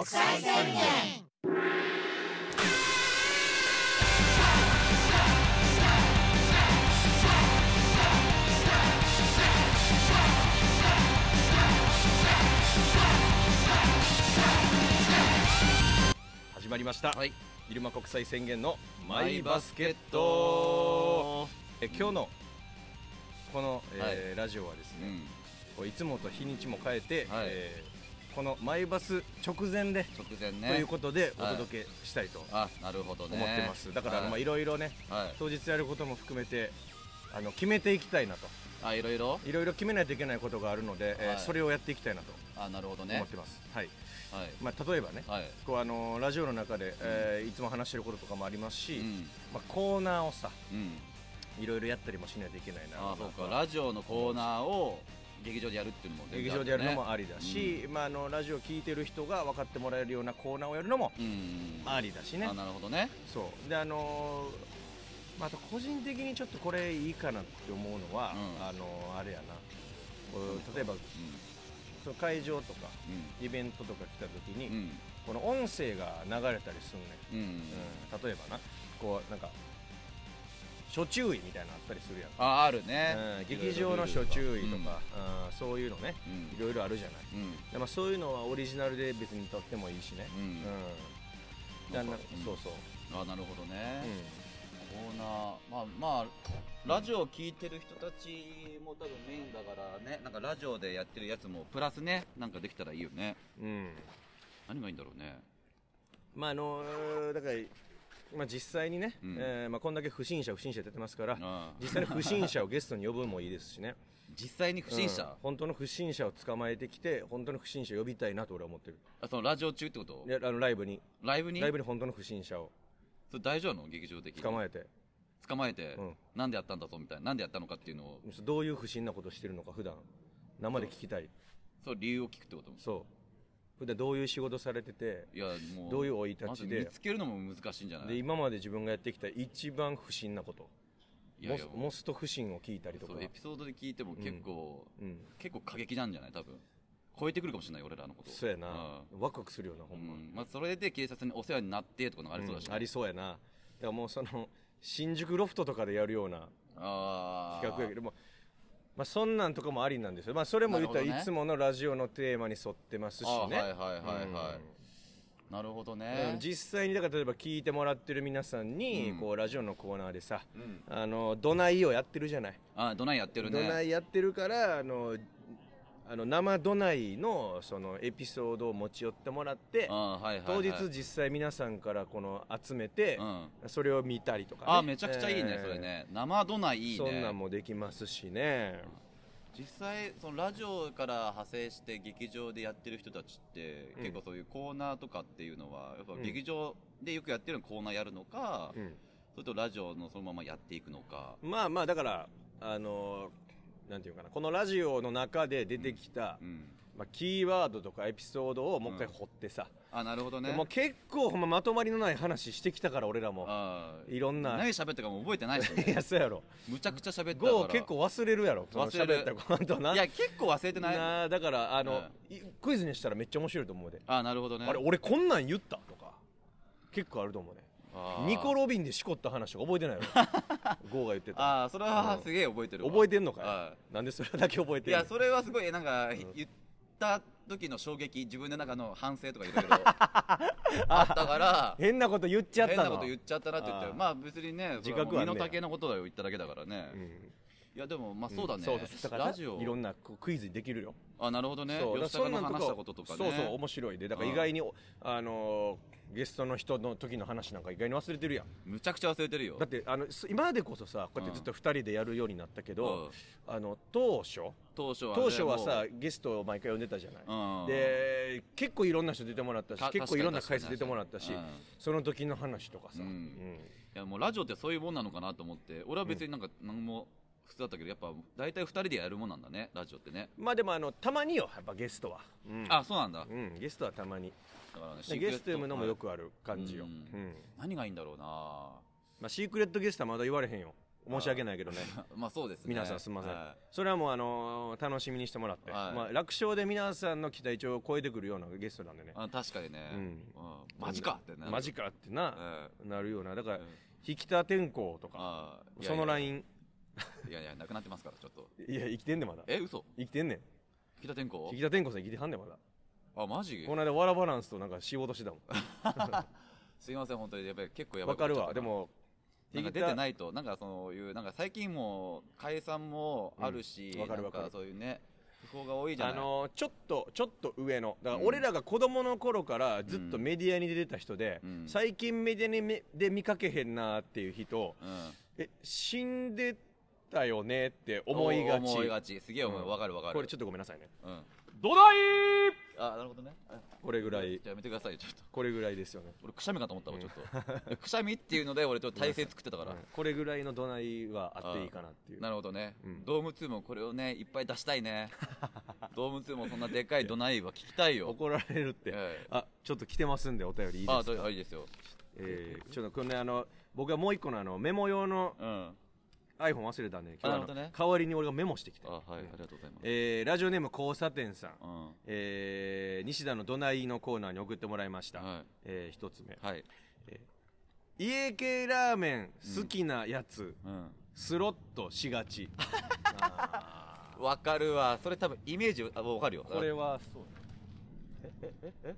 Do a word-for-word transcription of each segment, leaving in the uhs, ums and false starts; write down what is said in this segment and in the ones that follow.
国際宣言。 始まりました、 はい、 入間国際宣言のマイバスケット。え今日のこの、えーはい、ラジオはですね、うん、こういつもと日にちも変えて、はい、えー、このマイバス直前で直前、ね、 ということでお届けしたいと思ってます。だから、はい、まあいろいろね、はい、当日やることも含めてあの決めていきたいなと。 あ、いろいろいろいろ決めないといけないことがあるので、はい、えー、それをやっていきたいなとあ、なるほどね、 思ってます。はい、はい、まあ、例えばね、はい、こうあのラジオの中で、うん、えー、いつも話してることとかもありますし、うん、まあ、コーナーをさ、うん、いろいろやったりもしないといけないな。 あ、そうか、ラジオのコーナーを劇場でやるっていうのも、ね、 劇場でやるのもありだし、うん、まあ、あのラジオ聞いてる人が分かってもらえるようなコーナーをやるのもありだしね。 あ、なるほどね。 そうで、あのーまあ、あと個人的にちょっとこれいいかなって思うのは、うん、あのー、あれやな、こう例えば、うん、その会場とか、うん、イベントとか来た時に、うん、この音声が流れたりするね、うんうんうん、例えばな、こうなんか諸注意みたいなのあったりするやん。 あ、あるね、 うん、劇場の諸注意とか、うん、そういうのね、いろいろあるじゃない、うん、で、まあ、そういうのはオリジナルで別に撮ってもいいしね、うん、うん、だな、そうそう、 あ、なるほどね、うん、コーナー、まあまあラジオを聞いてる人たちも多分メインだからね、なんかラジオでやってるやつもプラスね、なんかできたらいいよね。うん。何がいいんだろうね。 まああのー、だから。まあ、実際にね、うん、えーまあ、こんだけ不審者不審者って言ってますから、実際に不審者をゲストに呼ぶもいいですしね。 実際に不審者、うん、 本当の不審者を捕まえてきて、本当の不審者を呼びたいなと俺は思ってる。 あ、そのラジオ中ってこと？ いや、あのライブにライブにライブに本当の不審者をそれ大丈夫なの？劇場的に捕まえて捕まえて、うん、なんでやったんだぞみたいな、なんでやったのかっていうのを、 どういう不審なことしてるのか普段生で聞きたい。 そう、そう理由を聞くってこと？そう、 普段どういう仕事されてて、いやもうどういう生い立ちで、 ま、見つけるのも難しいんじゃない？ で今まで自分がやってきた一番不審なこと、いやいやモスト不審を聞いたりとか、 そうエピソードで聞いても結構、うんうん、結構過激なんじゃない？多分超えてくるかもしれない、俺らのこと。 そうやな、うん、ワクワクするよなほんま、うん、 まあ、それで警察にお世話になってとかのがありそうだし、ね、 うん、ありそうやな。だからもうその新宿ロフトとかでやるような企画やけども、まあ、そんなんとかもありなんですよ。まあ、それも言ったらいつものラジオのテーマに沿ってますしね。はいはいはいはい、 うん、なるほどね、 うん、実際にだから例えば聞いてもらってる皆さんに、うん、こうラジオのコーナーでさ、うん、あのどないをやってるじゃない。 あ、どないやってるね。 どないやってるからあのあの生どないのそのエピソードを持ち寄ってもらって、はいはいはい、当日実際皆さんからこの集めて、うん、それを見たりとかね。 あ、めちゃくちゃいいね、えー、それね。生どないいいね。 そんなんもできますしね。 実際そのラジオから派生して劇場でやってる人たちって、うん、結構そういうコーナーとかっていうのはやっぱ劇場でよくやってるコーナーやるのか、うん、それとラジオのそのままやっていくのか。 まあまあだからあのーなんていうかな、このラジオの中で出てきた、うんうん、まあ、キーワードとかエピソードをもう一回掘ってさ、 うん、あ、なるほどね。 もう結構ほんままとまりのない話してきたから俺らもいろんな何喋ったかも覚えてないし、ね、 いやそうやろ、 むちゃくちゃ喋ったからゴー結構忘れるやろ、 忘れる。 喋ったことな。 いや結構忘れてないな。だからあの、うん、クイズにしたらめっちゃ面白いと思うで。 あ、なるほどね。 あれ俺こんなん言ったとか結構あると思うね。ニコ・ロビンでしこった話とか覚えてないよゴーが言ってた。 ああ、それはすげえ覚えてるわ。 覚えてんのかい。なんでそれだけ覚えてるの？ いやそれはすごいなんか、うん、言った時の衝撃、自分の中の反省とかいろいろあったから変なこと言っちゃったの。 変なこと言っちゃったなって言って、まあ別にね、自覚は身の丈のことを言っただけだからね、うん、いやでもまあそうだね、うん、そうだからラジオいろんなクイズできるよ。 あ、なるほどね。吉高の話したこととかね。 そうそう面白いで、だから意外にあのーゲストの人の時の話なんか意外に忘れてるやん。 むちゃくちゃ忘れてるよ。 だってあの今までこそさこうやってずっとふたりでやるようになったけど、うん、あの当初当初は、 ね、当初はさゲストを毎回呼んでたじゃない、うん、で結構いろんな人出てもらったし、結構いろんな回数出てもらったし、うん、その時の話とかさ、うんうん、いやもうラジオってそういうもんなのかなと思って、俺は別になんか何も普通だったけど、やっぱ大体ふたりでやるもんなんだね、ラジオってね。 まあでもあのたまによ、やっぱゲストは、 うん、あ、そうなんだ、 うん、ゲストはたまにだから、ね、ゲスト読むのもよくある感じよ、うんうん、 何がいいんだろうな。 まあ、シークレットゲストはまだ言われへんよ。 申し訳ないけどねまあそうですね、 皆さんすみません、 はい、 それはもう、あのー、楽しみにしてもらって、はい、まあ、楽勝で皆さんの期待値を超えてくるようなゲストなんでね。 あ確かにね、うんうん、マジかってなるマジかってな、はい、なるような。だから、うん、引田天功とかそのラインいやいやなくなってますからちょっといや生きてんねんまだ。 え嘘生きてんねん。 引田天功引田天功さん生きてはんねんまだ。 あマジこの間わらバランスとなんか仕事してたもんすいません本当にやっぱり結構やばいわかるわ。でもなんか出てないとなんかそういうなんか最近も解散もあるし、うん、 わかるわかる。 なんかそういうね不法が多いじゃない。 あのー、ちょっとちょっと上のだから俺らが子供の頃からずっとメディアに出てた人で、うん、最近メディアにめで見かけへんなっていう人、うん、え死んでたよねって思いがち。 思いがちすげえ思う、うん、分かる分かる。 これちょっとごめんなさいね、うん、 どないあなるほどね。 これぐらいじゃあやめてくださいよちょっと。 これぐらいですよね。 俺くしゃみかと思ったわ、うん、ちょっとくしゃみっていうので俺ちょっと体勢作ってたから、うん、 これぐらいのどないはあっていいかなっていう。 なるほどね、うん、ドームツーもこれをねいっぱい出したいねドームツーもそんなでかいどないは聞きたいよ怒られるって、えー、あちょっと来てますんでお便りいいですか。 あいいですよ。 えー、ちょっとこれねあの僕はもう一個のあのメモ用の、うん、iPhone 忘れたんで今日は、ね、代わりに俺がメモしてきて。 あ、はい、ありがとうございます。 えー、ラジオネーム交差点さん、うん、えー、西田のどないのコーナーに送ってもらいました、はい、えー、一つ目、はい、えー、家系ラーメン好きなやつ、うん、スロットしがちわかるわ。それ多分イメージわかるよ。 これはそうええええ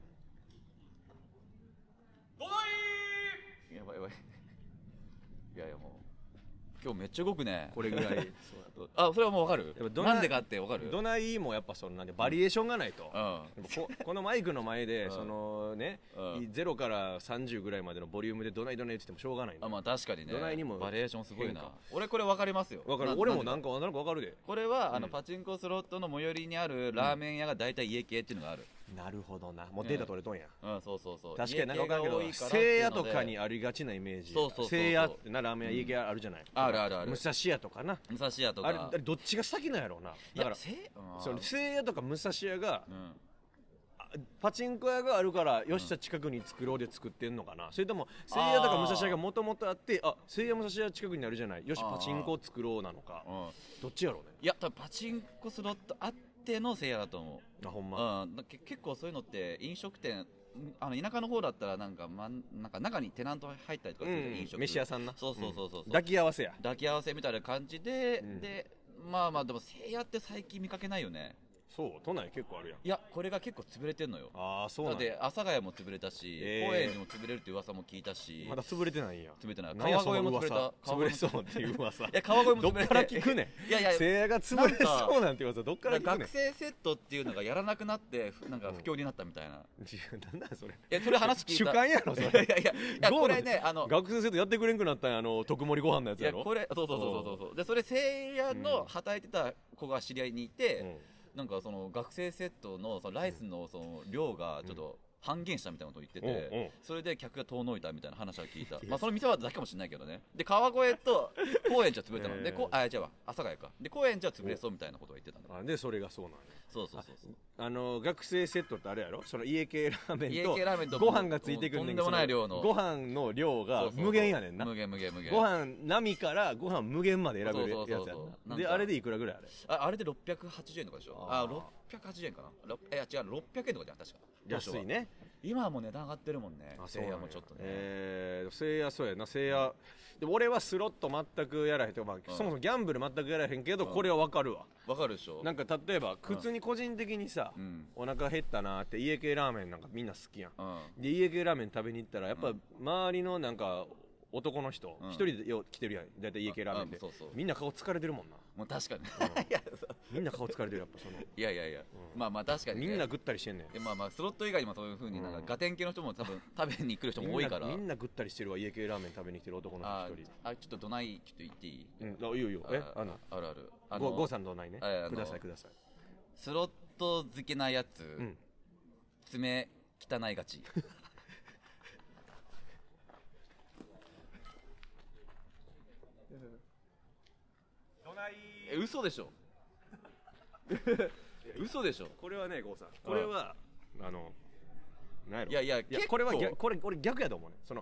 どないやばいやばいいやいやもう今日めっちゃ動くね。 これぐらいそうあそれはもう分かる。なんでかって分かる。 どないもやっぱそのなんでバリエーションがないと、うん、こ, このマイクの前で、うん、そのね、うん、ゼロからさんじゅうぐらいまでのボリュームでどないどないって言ってもしょうがないんだ。 あまあ確かにね。 どないにもバリエーションすごいな。俺これ分かりますよ。 分かる。俺もなんかなんか分かるで。 これは、うん、あのパチンコスロットの最寄りにあるラーメン屋が大体家系っていうのがある。 なるほどな。もうデータ取れとんや。 うん、うん、そうそうそう。 確かになんか分かるけど聖夜とかにありがちなイメージ。 そうそうそうそう。 聖夜ってなラーメン屋家系あるじゃない、 うん、あるあるある。 武蔵屋とかな。 武蔵屋とかあれどっちが先なんやろうな。だから聖夜とか武蔵屋が、うん、パチンコ屋があるからよっしゃ近くに作ろうで作ってんのかな、うん、それとも聖夜とか武蔵屋がもともとあってあ聖夜武蔵屋近くにあるじゃないよしパチンコを作ろうなのか、うん、どっちやろうね。 いや多分パチンコスロットあっての聖夜だと思う。 あほんま、 うん、結構そういうのって飲食店あの田舎の方だったらなんか、ま、なんか中にテナント入ったりとかする、うん、飲食飯屋さんな。 そうそうそうそう、うん、 抱き合わせや抱き合わせみたいな感じで、うん、でまあまあでも聖夜って最近見かけないよね。 そう都内結構あるやん。 いやこれが結構潰れてんのよ。 ああそうなんだ。 だって阿佐ヶ谷も潰れたし、えー、高円寺も潰れるって噂も聞いたし。 まだ潰れてないんや。 潰れてない。川越も潰れた。 潰れそうっていう噂。いや川越も潰れて。 どっから聞くねん。いやいや聖夜が潰れそうなんて噂どっから聞くねん。 学生セットっていうのがやらなくなってなんか不況になったみたいな。 なんだそれ。いやそれ話聞いた。 主観やろそれ。 いやいやいやこれねあの学生セットやってくれんくなったんやあの特盛りご飯のやつやろ。 いやこれそうそうそうそうそう。でそれ聖夜の働いてた子が知り合いにいて。なんかその学生セットのそのライスのその量がちょっと半減したみたいなことを言ってて、うんうん、それで客が遠のいたみたいな話は聞いた。まあその店はだけかもしれないけどね。で川越と高円寺は潰れたの、えー、でこあ違うわ阿佐ヶ谷かで高円寺は潰れそうみたいなことを言ってたんだ。 あでそれがそうなんや。 そうそうそうそう。 あの学生セットってあれやろその家系ラーメンと家系ラーメンとご飯がついてくるんだけどとんでもない量のご飯の量が無限やねんな。 無限無限無限。 ご飯並からご飯無限まで選べるやつやんな。であれでいくらぐらいあれああれでろっぴゃくはちじゅうえんとかでしょ。あろっぴゃくはちじゅうえんかな。いや違うろっぴゃくえんとかじゃん確か。 安いね。 今はもう値段上がってるもんね。聖夜もちょっとね。 えー、聖夜そうやな聖夜。でも俺はスロット全くやらへんとか、まあうん、そもそもギャンブル全くやらへんけど、うん、これは分かるわ。 分かるでしょ。 なんか例えば普通に個人的にさ、うん、お腹減ったなって家系ラーメンなんかみんな好きやん、うん、で家系ラーメン食べに行ったらやっぱ周りのなんか男の人一、うん、人でよ来てるやん大体家系ラーメンで、そうそうみんな顔疲れてるもんな。 もう確かに、 うん、いやみんな顔疲れてるやっぱそのいやいやいや、うん、まあまあ確かに、ね、 みんなぐったりしてんねん。 まあまあスロット以外にもそういう風になんかガテン系の人も多分食べに来る人も多いからみんなぐったりしてるわ家系ラーメン食べに来てる男の人一人。 あちょっとどないちょっと言っていい？ うん、あいいよいいよ。えあのあるあるあのゴーさんどないねくださいください。 スロット好きなやつ、うん、爪汚いがちえ嘘でしょ嘘でしょ。 これはねゴーさんこれはあのなんやろいやいやいやこれは逆これ俺逆やと思うね。その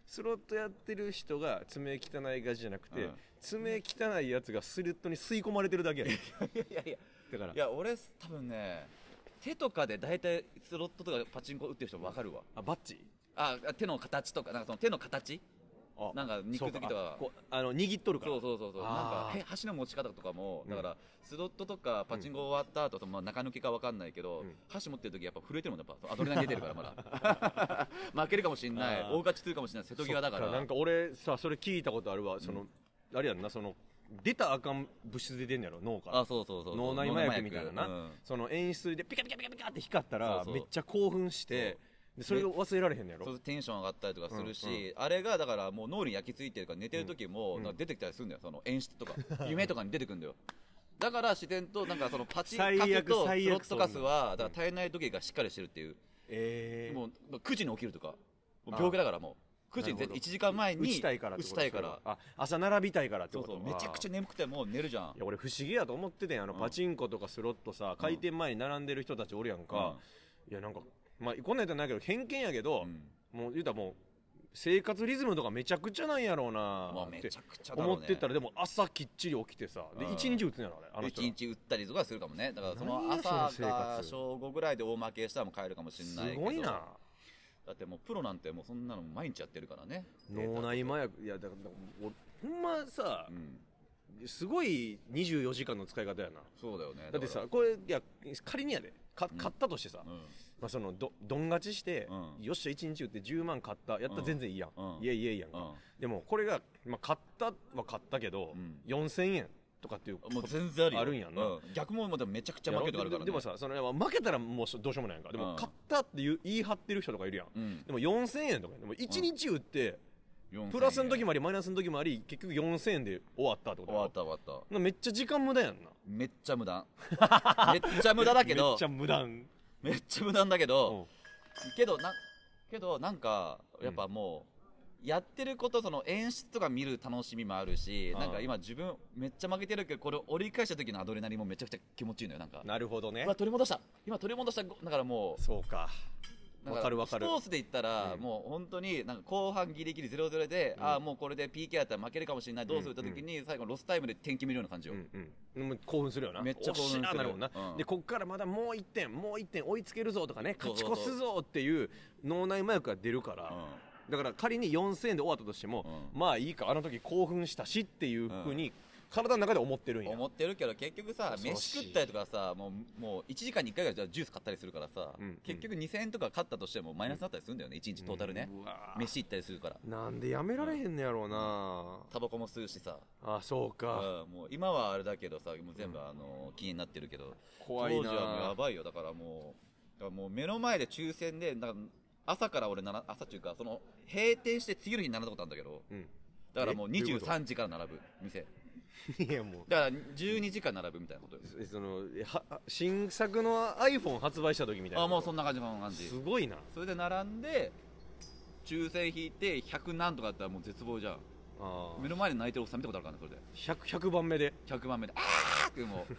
スロットやってる人が爪汚いがちじゃなくて、 うん爪汚いやつがスロットに吸い込まれてるだけやねんいやいやいやだからいや俺多分ね手とかで大体スロットとかパチンコ打ってる人分かるわ。 あバッチあ手の形とかなんかその手の形あなんか肉付きとかこうあの握っとるからそうそうそうそうなんあーかへ箸の持ち方とかもうんだからスロットとかパチンコ終わった後とまあ中抜きか分かんないけど、 うん箸持ってる時やっぱ震えてるもんやっぱアドレナリン出てるからまだ負けるかもしんないあー大勝ちするかもしれない瀬戸際だからそっなんか俺さそれ聞いたことあるわその、あれやんなその出たらあかん物質で出んやろ脳からあそうそうそうそう脳内麻薬みたいなな、 うんその演出でピカピカピカピカって光ったらそうそうめっちゃ興奮してでそれが忘れられへんのやろそうテンション上がったりとかするし、 うんうんあれがだからもう脳に焼き付いてるから寝てる時もうんなんか出てきたりするんだよその演出とか夢とかに出てくるんだよだから自然となんかそのパチカ最悪スとス最悪ロットカスはそんなだから体内時計がしっかりしてるっていう、 えー、 もうくじに起きるとかもう病気だからもうくじになるほどいちじかんまえに打ちたいからってこと打ちたいからあ朝並びたいからってそうことそうめちゃくちゃゃ眠くてもう寝るじゃんいや俺不思議やと思っててんあの、 うんパチンコとかスロットさ開店前に並んでる人たちおるやんか、いやなんかまあこんなんやったらないけど偏見やけどう、んもう言うたらもう生活リズムとかめちゃくちゃなんやろうなまあってめちゃくちゃだろうね思ってたらでも朝きっちり起きてさでうん一日打つんやろあれあの人ら一日打ったりとかするかもねだからその何やその生朝か活正午ぐらいで大負けしたらもう帰るかもしれないけどすごいなだってもうプロなんてもうそんなの毎日やってるからね脳内麻薬いやだから俺ほんまさうんすごいにじゅうよじかんの使い方やなそうだよねだってさかこれいや仮にやでかうん買ったとしてさ、 らうんまあ、そのどどん勝ちして、 うんよっしゃいちにち打ってじゅうまん買ったやったら全然いいやん、 うんいやいやいやんか、 うんでもこれが、まあ、買ったは買ったけど、 うんよんせんえんとかっていうもう全然あるよあるんやんな、 う逆もまためちゃくちゃ負けとかあるからねででもさその負けたらもうどうしようもないやんかでも、 うん買ったっていう言い張ってる人とかいるやんうんでもよんせんえんとかでもいちにち打って、 よんせんえんプラスの時もありマイナスの時もあり結局よんせんえんで終わったってこと終わった終わったためっちゃ時間無駄やんなめっちゃ無駄めっちゃ無駄だけどめっちゃ無駄んめっちゃ無駄だけどうんけどなけどなんかやっぱもう、やってることその演出とか見る楽しみもあるしああなんか今自分めっちゃ負けてるけどこれ折り返した時のアドレナリンもめちゃくちゃ気持ちいいのよなんかなるほどねうわ取り戻した今取り戻しただからもうそうかだわかるわかるスポーツで言ったら、 うんもう本当になんか後半ギリギリゼロゼロで、 うんああもうこれで ピーケー だったら負けるかもしれない、どうするって時に最後ロスタイムで点決めるような感じよ、 うんうん、もう興奮するよなめっちゃ興奮するおっしゃーなるもんな、 うんでこっからまだもういってんもういってん追いつけるぞとかね勝ちそうそうそう越すぞっていう脳内麻薬が出るから、だから仮によんせんえんで終わったとしても、 うまあいいかあの時興奮したしっていうふうに体の中で思ってるんや、 思ってるけど結局さ恐ろしい飯食ったりとかさもうもういちじかんにいっかいぐらいじゃあジュース買ったりするからさ、 うん結局にせんえんとか買ったとしてもマイナスになったりするんだよね、いちにちトータルね、 うわー飯行ったりするからなんでやめられへんのやろうな、 タバコも吸うしさ、 あそうか、 うんもう今はあれだけどさもう全部あの気になってるけど怖いな当時はもうやばいよだからもうだからもう目の前で抽選でなんか朝から俺なら朝っていうかその閉店して次の日に並んだことあるんだけどうん、 だからもうえどういうことにじゅうさんじから並ぶ店いやもうだからじゅうにじかん並ぶみたいなことよえそのえは新作の iPhone 発売した時みたいなあもうそんな感じそんな感じすごいなそれで並んで抽選引いてひゃくなんとかだったらもう絶望じゃんあー目の前で泣いてるおっさん見たことあるからねそれでひゃく, ひゃくばんめでひゃくばんめであーってもう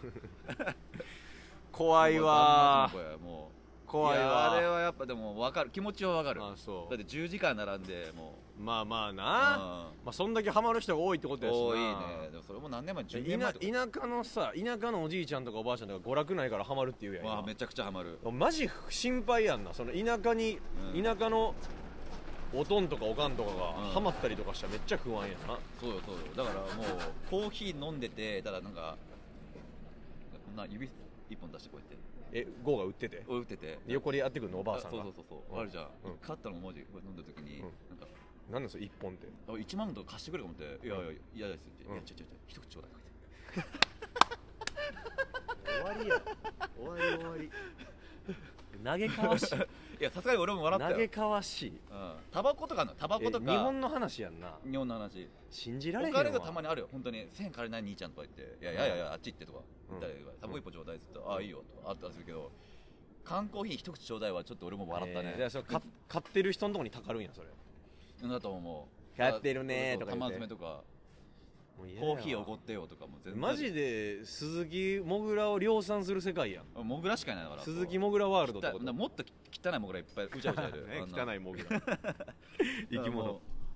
怖いわもうもう怖いわやあれはやっぱでも分かる気持ちは分かるあそだってじゅうじかん並んでもうまあまあな、 うまあそんだけハマる人が多いってことやしな多いねでもそれも何年前じゅうねんまえとか田田舎のさ田舎のおじいちゃんとかおばあちゃんとか娯楽ないからハマるっていうやん今わあめちゃくちゃハマるマジ心配やんなその田舎に、 うん田舎のおとんとかおかんとかがうんハマったりとかしたらめっちゃ不安やな、 そうよそうよだからもうコーヒー飲んでてただなんかこんな指一本出してこうやってえゴーが売ってて打っててで横でやってくるのおばあさんがそうそうそうそう、 うんあるじゃん、 うん勝ったのもマジこれ飲んだ時に、 うんなんかなんなんそれ一本ってあいちまんとか貸してくれるか思っていやいや嫌ですって、 うんいやちょちょちょ一口ちょうだい終わりや終わり終わり投げかわしいいやさすがに俺も笑ったよ投げかわしいうんタバコとかのタバコとかえ日本の話やんな日本の話信じられへんわお金がたまにあるよ本当にせん借りない兄ちゃんとか言っていやいやいやいやあっち行ってとか言ったりとかタバコ一本ちょうだいっつってああいいよとかあったりするけど缶コーヒー一口ちょうだいはちょっと俺も笑ったねえー、でそれか買ってる人のとこにたかるんやそれだと思う買ってるねーとか言玉って詰めとかもう嫌やわコーヒーおごってよとかも全然マジで鈴木もぐらを量産する世界やんモグラしかいないだから鈴木もぐらワールドってことだもっと汚いモグラいっぱいうじゃうじゃいるねあんな汚いもぐら生き物だからもう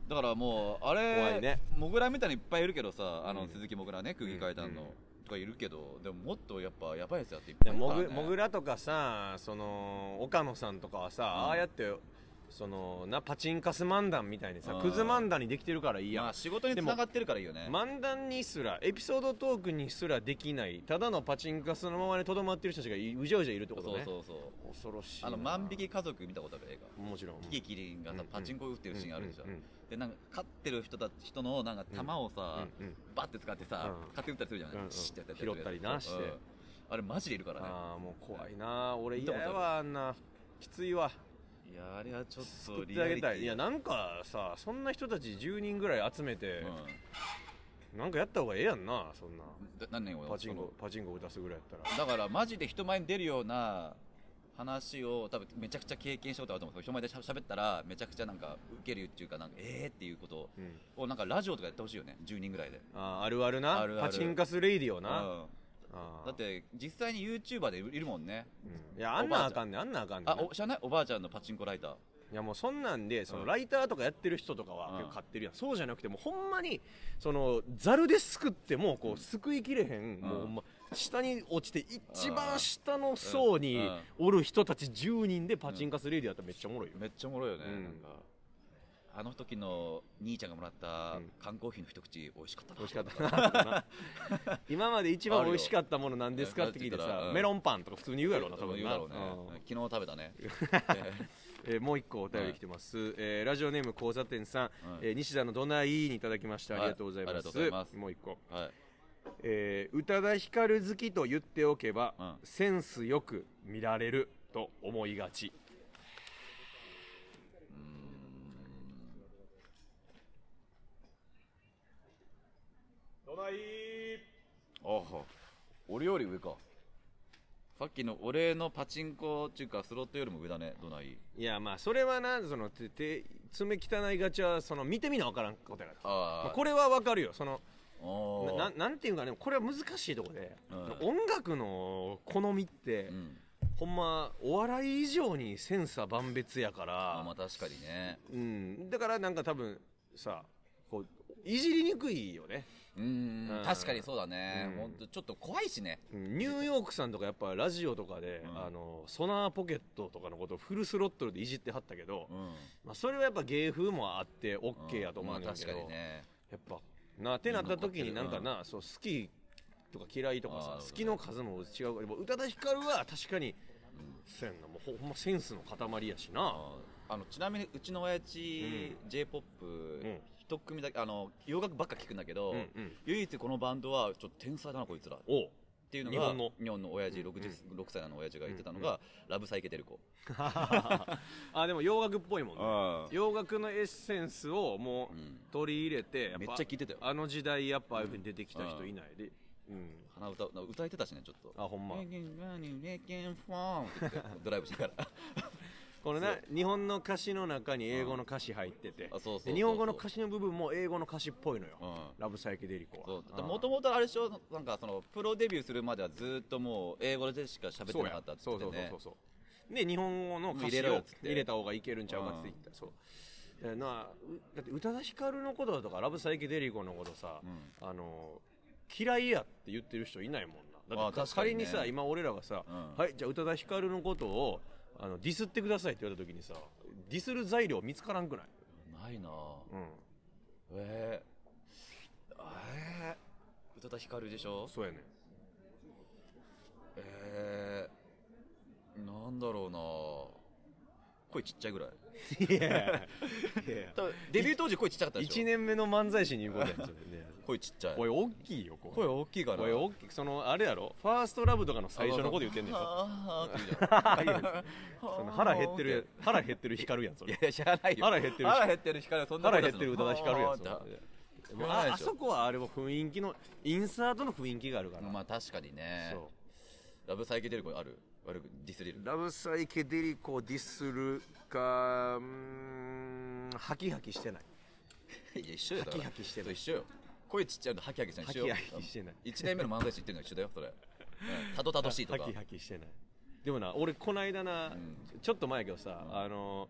だからもうあれ怖いねモグラみたいにいっぱいいるけどさ、あのうん鈴木モグラね、空気階段の、 うんとかいるけど、でももっとやっぱやばいやつやっていっぱいいるから、ね、 モグモグラとかさ、その岡野さんとかはさ、 うんああやってそのなパチンカス漫談みたいにさ、 うんクズ漫談にできてるからいいやん、 まあ仕事に繋がってるからいいよね。 漫談にすらエピソードトークにすらできないただのパチンカスのままでとどまってる人たちがうじゃうじゃいるってことね。 そうそうそう恐ろしいな。 あの万引き家族見たことある映画。 もちろんキキキリンがさ、 うんパチンコ打ってるシーンあるじゃん、 うんうんうんでなんか勝ってる人た人のなんか球をさ、 うんうんバッて使ってさ、 うん勝手に打ったりするじゃない、 うんうんシッてやって拾ったりなしてうんあれマジでいるからね。 ああもう怖いな。俺嫌見たことあるやわ、あんなきついわ。 いやあれはちょっ救っとリてあげたい。 アリティいやなんかさ、そんな人たちじゅうにんぐらい集めて、 うなんかやった方がええやんな。そんなん、何年後パチンコパチンコ打たすぐらいやったら。 だからマジで人前に出るような話を多分めちゃくちゃ経験したことあると思うんですけど、人前でしゃ喋ったらめちゃくちゃなんかウケるっていうか、なんかえーっていうことうんをなんかラジオとかやってほしいよね、じゅうにんぐらいで。 あーあるあるな。 あるあるパチンカスレイディオな。 うんあーだって実際に YouTuber でいるもんね。 うんいやあんなんあかんねん、あんなんあかんねんあ、お知らないおばあちゃんのパチンコライター。 いやもうそんなんでそのうんライターとかやってる人とかはうん結構買ってるやん、そうじゃなくてもうほんまにそのザルですくってもこうすくいきれへん、もうほんま下に落ちて一番下の層におる人たちじゅうにんでパチンカスレイディやったらめっちゃおもろいよ、 めっちゃおもろいよね、 うんなんかあの時の兄ちゃんがもらったうん缶コーヒーの一口美味しかったな。 美味しかったな今まで一番美味しかったものなんですかって聞いてさ、 うんメロンパンとか普通に言うやろな多分な言うだろうね、 うん昨日食べたねえーもう一個お便り来てます、えーラジオネーム交差点さん、 うんえー西田のどないにいただきました、 はいありがとうございます。 ありがとうございますもう一個、 はいえー宇多田ヒカル好きと言っておけば、 うんセンスよく見られると思いがち。どないああ俺より上か。さっきの俺のパチンコっていうかスロットよりも上だね、どない。 いやまあそれはな、そのてて爪汚いがちはその見てみな分からんことやから、 あまあ、これは分かるよ。そのあなななんていうかね、これは難しいところで、 うん音楽の好みって、 うんほんまお笑い以上に千差万別やかあら、 まあ確かにね。 うん、だからなんか多分さこういじりにくいよね。 うーんうん確かにそうだね、 うんほんとちょっと怖いしね。 うんニューヨークさんとかやっぱラジオとかで、 うんあのソナーポケットとかのことをフルスロットルでいじってはったけど、 うんまあ、それはやっぱ芸風もあって OK やと思うんだまあ確けど、 かにね。 やっぱなってなった時にうなんんかな、そう好きとか嫌いとかさ、 あー好きの数も違うから、もう宇多田ヒカルは確かに、そうやんな、もうほほんまセンスの塊やしな。 ああのちなみにうちの親父、 う J-ポップ、 ん一組だけあの洋楽ばっか聞くんだけど、 うんうん唯一このバンドはちょっと天才だなこいつらっおうていうのが日本の日本の親父ろくじゅうろくさいの親父が言ってたのが、ラブサイケデルコ。 あでも洋楽っぽいもんね。 あ洋楽のエッセンスをもううん取り入れて、やぱめっちゃ聞いてたよ。 あの時代やっぱああいう風に出てきた人いないで、うん、 鼻歌歌えてたしねちょっと。 あほんまドライブしながら。 このな日本の歌詞の中に英語の歌詞入ってて、 あそうそうそうそうで日本語の歌詞の部分も英語の歌詞っぽいのよ、 うんラブサイケデリコは。 そうもともとあれでしょ、なんかそのプロデビューするまではずっともう英語でしか喋ってなかったってそう言ってねそうそうそうそうで日本語の歌詞入れろよをっつって入れた方がいけるんちゃうかって言った、そうだからな。だって宇多田ヒカルのこととかラブサイケデリコのことさ、 うんあの嫌いやって言ってる人いないもんな。だってあ確かにね仮にさ今俺らがさ、 うんはいじゃあ宇多田ヒカルのことをあのディスってくださいって言われた時にさ、ディスる材料見つからんくない？ ないなぁ。 うんえー、えー、宇多田ヒカルでしょ。 そうやね。 えー、なんだろうなぁ。声ちっちゃいぐらい。 いやいや多分デビュー当時声ちっちゃかったでしょ。 いちねんめの漫才師に言うことやんそれね。 声ちっちゃい。 声大きいよ声。 声大きいかな。 声大きい。そのあれやろ、ファーストラブとかの最初のこと言ってんねんぞ。 あーあーって言うじゃんその腹減ってる腹減ってる光るやんそれ。 いや知らないよ。 腹減ってる腹減ってる光そんな腹減ってる宇多田ヒカルやんそれ。 あーってもうああそこはあれも雰囲気のインサートの雰囲気があるから。 まあ確かにね。 そラブサイケデリコある悪くディスれるう。ラブサイケデリコをディスるか、うーんハキハキしてない。 いや一緒よだからハキハキしてないそう一緒よ。声ちっちゃいのハキハキしてない一緒よ。 ハキハキしてないいちねんめの漫才師言ってるの一緒だよそれ。うんたどたどしいとか。 ハキハキしてない。でもな俺この間な、 んちょっと前やけどさ、 うんあの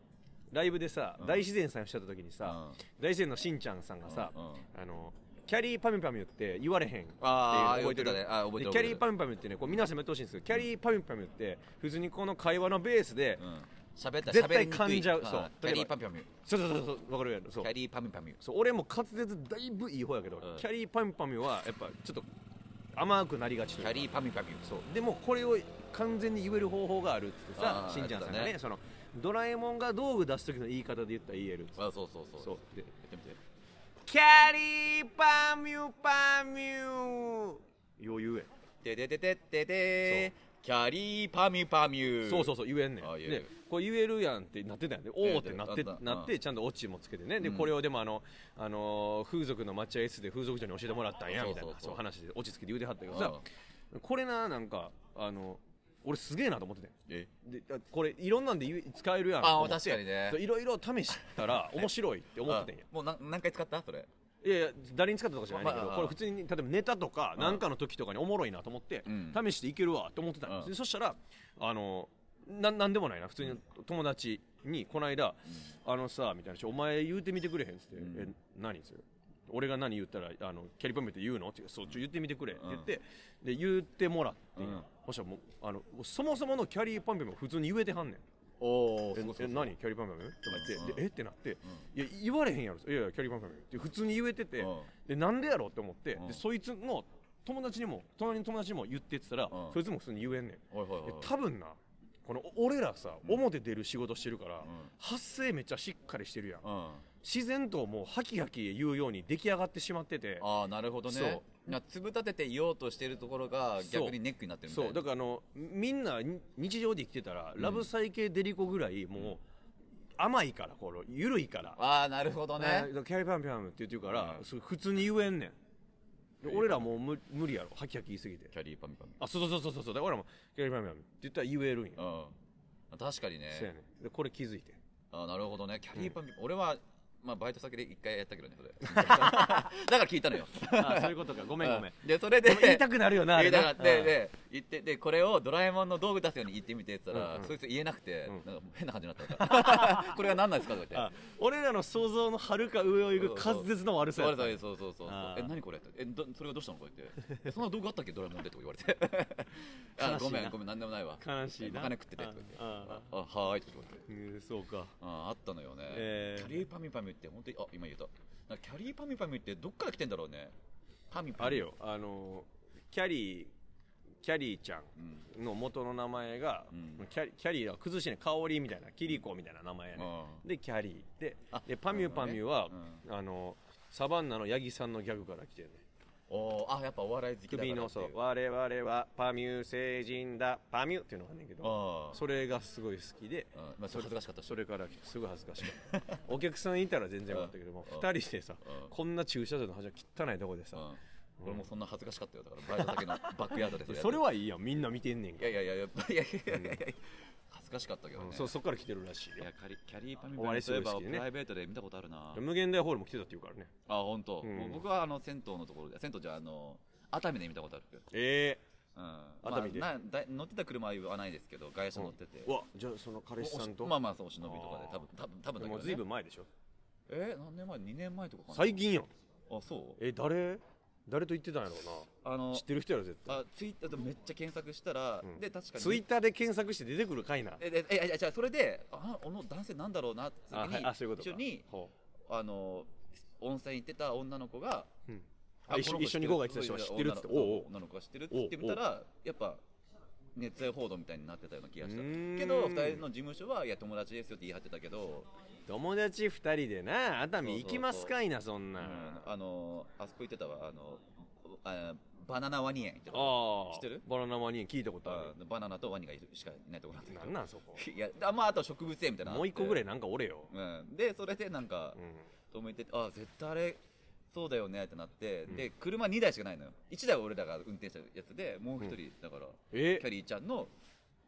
ライブでさ、 うん大自然さんをしちゃった時にさ、 うん大自然のしんちゃんさんがさ、 うんうんあのキャリーパミュパミュって言われへんっていうのあー覚えてる？ 言ってたねあー覚えてるでキャリーパミュパミュってね、こう皆さんもやってほしいんですけど、キャリーパミュパミュって普通にこの会話のベースで、 うん喋ったら絶対喋りにくい噛んじゃうあーそうキャリーパミュパミュそうそうそうそうわかるやろ。そうキャリーパミュパミュそう俺も滑舌だいぶいい方やけど、 うんキャリーパミュパミュはやっぱちょっと甘くなりがちというかキャリーパミュパミュそうでもこれを完全に言える方法があるっつってさあーしんちゃんさんがやってたねそのドラえもんが道具出す時の言い方で言ったら言えるっつってあそうそうそうそうでやってみてキャリーパミュパミュ余裕やててててててキャリーパミュパミュそうそうそう言えんねんあ言えるでこれ言えるやんってなってたんでおおってなって言えてるなってちゃんとオチもつけてねでうんこれをでもあのあのー風俗の待合室で風俗嬢に教えてもらったんやみたいなそうそうそうそう話でオチつけて言うてはったけどさこれななんかあの俺すげえなと思っててえでこれいろんなんで言う使えるやんとあ思って確かにねそういろいろ試したら面白いって思っててんやあもう何何回使ったそれいやいや誰に使ったとかじゃないんだけど、 まあこれ普通に例えばネタとか何かの時とかにおもろいなと思って、 うん試していけるわって思ってたんです、 うんでそしたらあのななんでもないな普通に友達にこの間、あのさみたいなお前言うてみてくれへんっつって、 うんえ何それ俺が何言ったらあのキャリーパミュって言うのってそうちょ言ってみてくれって言って、で言ってもらって、 うんそしたらもうあのそもそものキャリーパミュも普通に言えてはんねんおおええ何キャリーパンパンとか言って、 うんでえってなって、いや言われへんやろいやいやキャリーパンパンって普通に言えてて、 うんでなんでやろって思って、 うんでそいつの友達にも隣の友達にも言ってって言ったら、 うんそいつも普通に言えんねん、 はいはいはいで多分なこの俺らさ、 うん表出る仕事してるから、 うん発声めっちゃしっかりしてるやん、 うん自然ともうハキハキ言うように出来上がってしまっててああなるほどねそうな粒立てて言おうとしてるところが逆にネックになってるみたいなそうだからあのみんなに日常で生きてたら、 うんラブサイ系デリコぐらいもう甘いからこの緩いからああなるほどねね、キャリーパンパンって言ってるから、 うんそれ普通に言えんねんで俺らもう無無理やろハキハキ言いすぎてキャリーパミュパミあそうそうそうそうそうだから俺らもキャリーパンパンって言ったら言えるんや、 ュうん確かにねそうやねでこれ気づいてあなるほどねキャリーパミュ俺はまあバイト先で一回やったけどねそれだから聞いたのよあそういうことかごめんごめんでそれで言いたくなるよなあれな言いたかったでで言ってでこれをドラえもんの道具出すように言ってみてって言ったら、 うんうんそいつ言えなくて、 うんなんか変な感じになったからこれは何なんですかとか言っあて俺らの想像のはるか上を行く滑舌の悪さやったそうそうそうそうそうあーえ何これってえどそれがどうしたのこう言ってえそんな道具あったっけドラえもんでとか言われてあ悲しいなごめんごめんなんでもないわ悲しいなお金食っててとか言ってあああはーいとか言われてうんそうかああったのよね、 えーキャリーパミュパミュって本当にあ今言えたなんかキャリーパミュパミュってどっから来てんだろうねパミュパミュあれよあのキャリーキャリーちゃうんんの元の名前が、 うんキャリキャリーは崩してね香りみたいなキリコみたいな名前やね、 うんでキャリーであでパミュパミュは、 うあのサバンナの八木さんのギャグから来てるねおーあやっぱお笑い好きだから首のそう我々はパミュ星人だパミュっていうのがあんねんけどあーそれがすごい好きでうんまあちょっと恥ずかしかったしそれから来てすごい恥ずかしかったお客さんいたら全然よかったけどもうんふたりでさうんこんな駐車場の端汚いとこでさ、 うん俺もそんな恥ずかしかったよだからバイト先のバックヤードででそれはいいやんみんな見てんねんいかやいやいやいやいやいやいやいや恥ずかしかったけどら、 ねうん、そそっから来てるらしいよいやキャリキャリーパミュお笑いすそういえばごい好きでねプライベートで見たことあるな無限大ホールも来てたって言うからねあ本当、 うん僕はあの銭湯のところで銭湯じゃあの熱海で見たことあるえうん熱海でまあ、なだ乗ってた車はないですけど外車乗ってて、 えー、うわじゃあその彼氏さんとおまあまあそうお忍びとかで多分多分多分だけど、ね、 もうずいぶん前でしょえー、何年前にねんまえとかかな最近やんあそうえ誰誰と言ってたんやろうあのな知ってる人やろ絶対あツイッターでめっちゃ検索したら、 うんで確かにツイッターで検索して出てくるかいなええええじゃあそれでああの男性なんだろうなって時あ、 に、 はい、あそういうことか一緒にほあの温泉行ってた女の子がう、うん、あ一緒この子一緒にゴーが言ってた人が知ってるっつって女のおうおう女の子が知ってるっつってみたらやっぱ熱愛報道みたいになってたような気がしたうーんけどふたりの事務所はいや友達ですよって言い張ってたけど、 友達ふたりでな熱海行きますかいなそんな、 うん、あのあそこ行ってたわあのあバナナワニ園行ってたああ知ってるバナナマニエン聞いたことああバナナとワニがいるしかいないところなんだけどるなんなんそこいやあまああと植物園みたいなのあってもう一個ぐらいなんかおれよ、 うん、でそれでなんかう、ん、 止めてあ絶対あれそうだよねってなって、 うんで車にだいしかないのよいちだいは俺らが運転したやつでもう一人、だからえキャリーちゃんの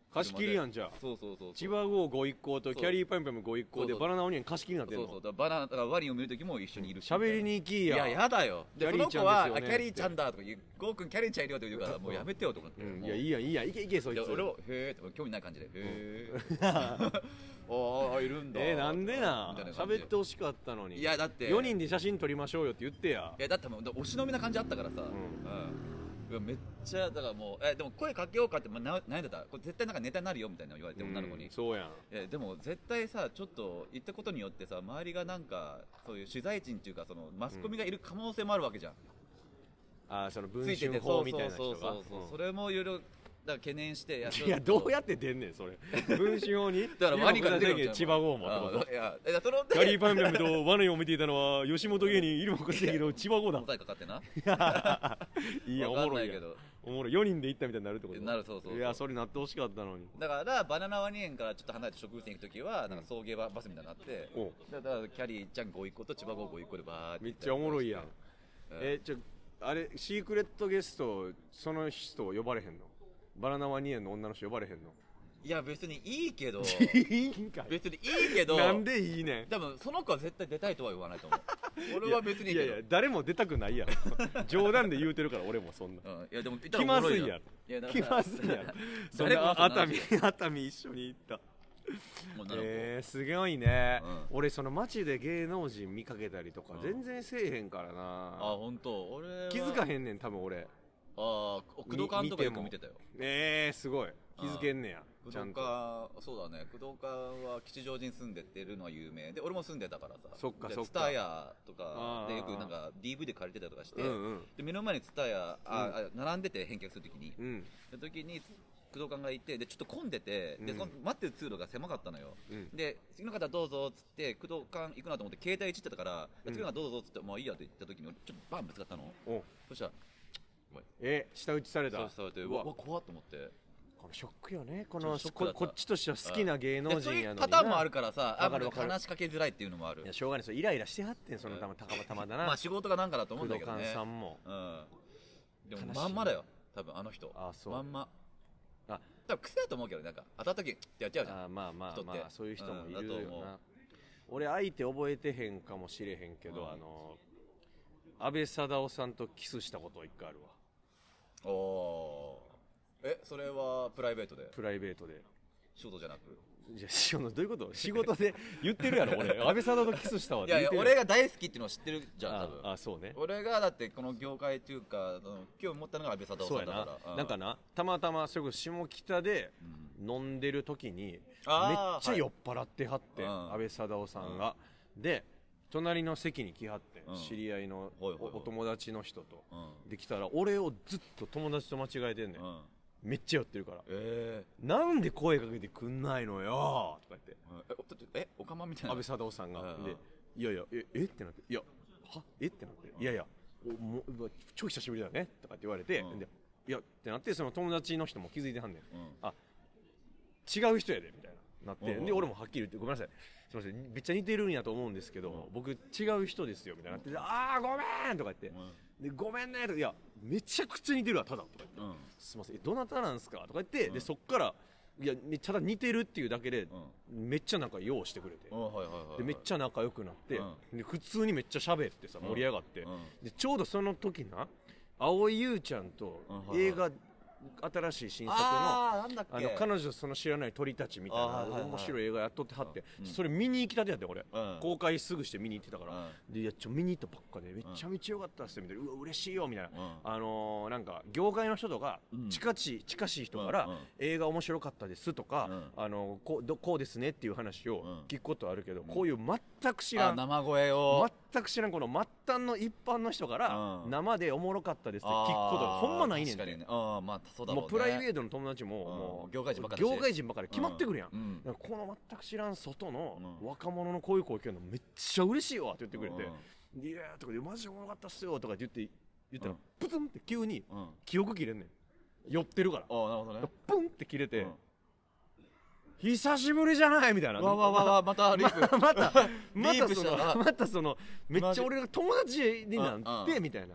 貸し切りやんじゃあ。 そうそうそう。 千葉号ご一行とキャリーパンパンご一行でバナナオニオン貸し切りになってんの。 そうそう。だからバナナだからワニを見るときも一緒にいるし。 喋りに行きや。 いややだよ。でその子はキャリーちゃんだとか言う。ゴーくんキャリーちゃんいるよって言うからもうやめてよとかって。 いやいいやいいやいけいけそいつ。 俺をへえって興味ない感じで。へえ。ああいるんだ。 えなんでな。喋ってほしかったのに。 いやだってよにんで写真撮りましょうよって言ってや。 いやだってもう押しのみな感じあったからさ。うん。いやめっちゃだからもうえでも声かけようかってまあな悩んでた。これ絶対なんかネタになるよみたいな言われて女の子に。 そうやん。 えでも絶対さちょっと言ったことによってさ周りがなんかそういう取材陣っていうかそのマスコミがいる可能性もあるわけじゃん。 ああその文春法みたいな人が。 そうそうそうそれもいろいろだから懸念していやどうやって出んねんそれ文春法にだからワニが出てくる千葉号もいやえそのキャリーパンパンとワニを見ていたのは吉本芸人入間国籍の千葉号だ。 答えかかってな。 いやおもろいけどおもろいよにんで行ったみたいになるってこと。 なるそうそういやそれなってほしかったのに。 だからバナナワニ園からちょっと離れて植物園行くときはなんか送迎バスみたいになってだからキャリーちゃんご一個と千葉号ご一個でバーってめっちゃおもろいやん。えちょあれシークレットゲストその人呼ばれへんの。バナナワニ園の女の人呼ばれへんの。 いや別にいいけどいいんかい。 別にいいけどなんでいいねん。 多分その子は絶対出たいとは言わないと思う。俺は別にいいけど。 いやいや誰も出たくないやろ。冗談で言うてるから俺もそんな、 うん、いやでも気まずいやろ。気まずいやろ。そんな熱海熱海一緒に行った。えー、すごいね、うん、俺その街で芸能人見かけたりとか全然せえへんからな、うん、 あ本当俺は気づかへんねん多分俺。 ああ工藤館とかよく見てたよ。 ええー、すごい気づけんねや。 工藤館そうだね工藤館は吉祥寺に住んでってるのは有名で俺も住んでたからさ。 そっかそっか。 ツタヤとかでよくなんか ディーブイ で借りてたりとかして、うんうん、で目の前にツタヤあ、うん、並んでて返却するときに、うん、その時に工藤館がいてでちょっと混んでて、うん、でその待ってる通路が狭かったのよ、うん、で次の方どうぞっつって工藤館行くなと思って携帯いじってたから、うん、次の方どうぞっつってまあいいやって言った時にちょっとバンぶつかったの。そしたらえ舌打ちされた。 そうそうでうわ怖っと思って。 このショックよねこの こ, こっちとしては好きな芸能人やのにな。そういうパターンもあるからさあ話しかけづらいっていうのもある。 いやしょうがないそイライラしてはってんそのたまたまたまだな。 まあ仕事がなんかだと思うんだけどね。 工藤館さんも、 うん、でもまんまだよ多分あの人。 あそうまんまあ多分癖だと思うけどなんか当たった時ってやっちゃうじゃん。 あまあまあまあそういう人もいるよな、うん、俺相手覚えてへんかもしれへんけど、うん、あの安倍貞夫さんとキスしたこと一回あるわ。 おえそれはプライベートで。 プライベートで仕事じゃなく。 いや仕事どういうこと仕事で言ってるやろ俺安倍貞夫とキスしたわっていやいや俺が大好きっていうのを知ってるじゃん多分。 ああそうね。 俺がだってこの業界っていうか今日持ったのが安倍貞夫さんだから。 そうやな、なんかなたまたまそれこそ下北で飲んでる時にめっちゃ酔っ払ってはって、はい、安倍貞夫さんが、うん、で隣の席に来はって、うん、知り合いのお友達の人と、うん、できたら俺をずっと友達と間違えてんねん、うん、めっちゃ酔ってるから、えー、なんで声かけてくんないのよとか言って、 うん、えおかまみたいな安倍貞夫さんが、うん、でいやいやええってなっていやはえってなって、うん、いやいやもう超久しぶりだよねとかって言われて、うん、でいやってなってその友達の人も気づいてはんねん、うん、あ違う人やでみたいななって、うん、で俺もはっきり言ってごめんなさいすみませんめっちゃ似てるんやと思うんですけど、うん、僕違う人ですよみたいなって、うん、ああごめんとか言って、うん、でごめんねとかいやめちゃくちゃ似てるわただとか言って、うん、すみませんどなたなんすかとか言って、うん、でそっからいやただ似てるっていうだけで、うん、めっちゃなんか用意してくれて、でめっちゃ仲良くなって、うん、で普通にめっちゃ喋ってさ盛り上がって、うん、でちょうどその時な蒼井優ちゃんと映画、うん新しい新作の あ, あの彼女その知らない鳥たちみたいな面白い映画やっとってはって、うん、それ見に行きたてやって俺、うん、公開すぐして見に行ってたから、うん、でいやちょ見に行ったばっかでめちゃめちゃ良かったっすみたいな、うわ嬉しいよみたいな、うん、あのー、なんか業界の人とか、うん、近し近しい人から、うん、映画面白かったですとか、うん、あのー、こ, うどこうですねっていう話を聞くことあるけど、うん、こういう全く知らん生声を全く知らんこの末端の一般の人から、うん、生でおもろかったですって聞くことがほんまないねんて。 確かにね。あ、まあそうだろうね。 もうプライベートの友達も、うん、もう業界人ばっかり業界人ばっかり決まってくるやん、うん、だからこの全く知らん外の若者のこういう声聞けるのめっちゃ嬉しいわって言ってくれて、うん、いやーとかでマジでおもろかったっすよとかって言って言ったら、うん、プツンって急に記憶切れんねん酔ってるから。 ああなるほどね。 プンって切れて、うん久しぶりじゃないみたいな。 わわわわまたリープまたまたそのまたそのめっちゃ俺が友達になってみたいな。